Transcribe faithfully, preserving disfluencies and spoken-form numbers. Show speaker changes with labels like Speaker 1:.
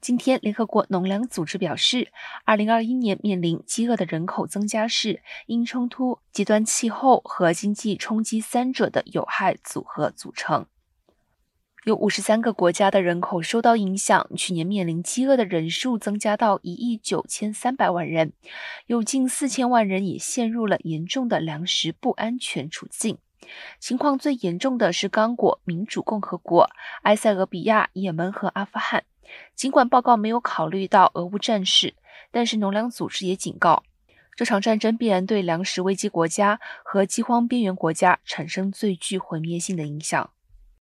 Speaker 1: 今天，联合国农粮组织表示，二零二一年面临饥饿的人口增加是因冲突、极端气候和经济冲击三者的有害组合组成。有五十三个国家的人口受到影响，去年面临饥饿的人数增加到一亿九千三百万人，有近四千万人也陷入了严重的粮食不安全处境。情况最严重的是刚果民主共和国、埃塞俄比亚、也门和阿富汗。尽管报告没有考虑到俄乌战事，但是农粮组织也警告，这场战争必然对粮食危机国家和饥荒边缘国家产生最具毁灭性的影响。